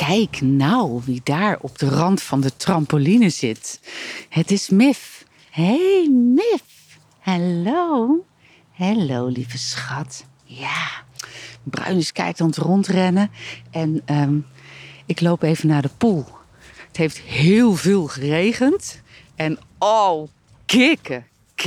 Kijk nou wie daar op de rand van de trampoline zit. Het is Mif. Hey Mif. Hallo. Hallo lieve schat. Ja, Bruinus kijkt aan het rondrennen. En ik loop even naar de poel. Het heeft heel veel geregend. En oh, kikken.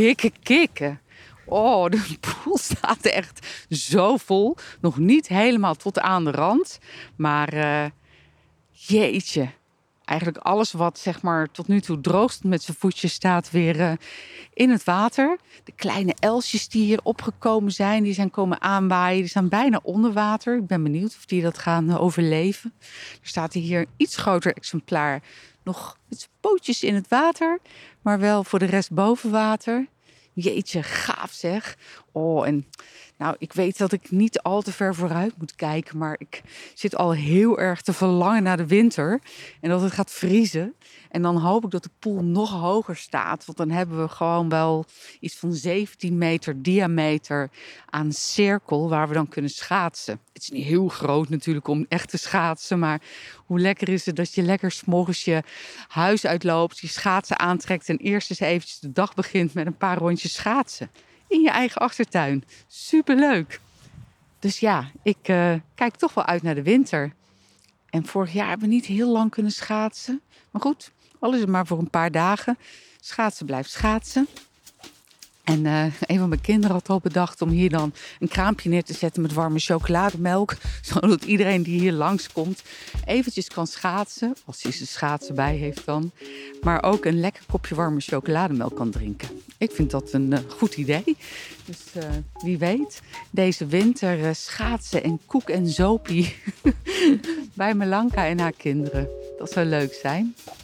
Oh, de poel staat echt zo vol. Nog niet helemaal tot aan de rand. Maar jeetje. Eigenlijk alles wat zeg maar tot nu toe droog met zijn voetjes staat weer in het water. De kleine elsjes die hier opgekomen zijn, die zijn komen aanwaaien. Die staan bijna onder water. Ik ben benieuwd of die dat gaan overleven. Er staat hier een iets groter exemplaar. Nog met zijn pootjes in het water, maar wel voor de rest boven water. Jeetje, gaaf zeg. Oh, en nou, ik weet dat ik niet al te ver vooruit moet kijken, maar ik zit al heel erg te verlangen naar de winter. En dat het gaat vriezen. En dan hoop ik dat de poel nog hoger staat. Want dan hebben we gewoon wel iets van 17 meter diameter aan cirkel waar we dan kunnen schaatsen. Het is niet heel groot natuurlijk om echt te schaatsen. Maar hoe lekker is het dat je lekker 's morgens je huis uitloopt, je schaatsen aantrekt en eerst eens eventjes de dag begint met een paar rondjes schaatsen. In je eigen achtertuin. Superleuk. Dus ja, ik kijk toch wel uit naar de winter. En vorig jaar hebben we niet heel lang kunnen schaatsen. Maar goed, al is het maar voor een paar dagen. Schaatsen blijft schaatsen. En een van mijn kinderen had al bedacht om hier dan een kraampje neer te zetten met warme chocolademelk. Zodat iedereen die hier langskomt eventjes kan schaatsen. Als hij zijn schaatsen bij heeft dan. Maar ook een lekker kopje warme chocolademelk kan drinken. Ik vind dat een goed idee. Dus wie weet, deze winter schaatsen en koek en zopie bij Melanka en haar kinderen. Dat zou leuk zijn.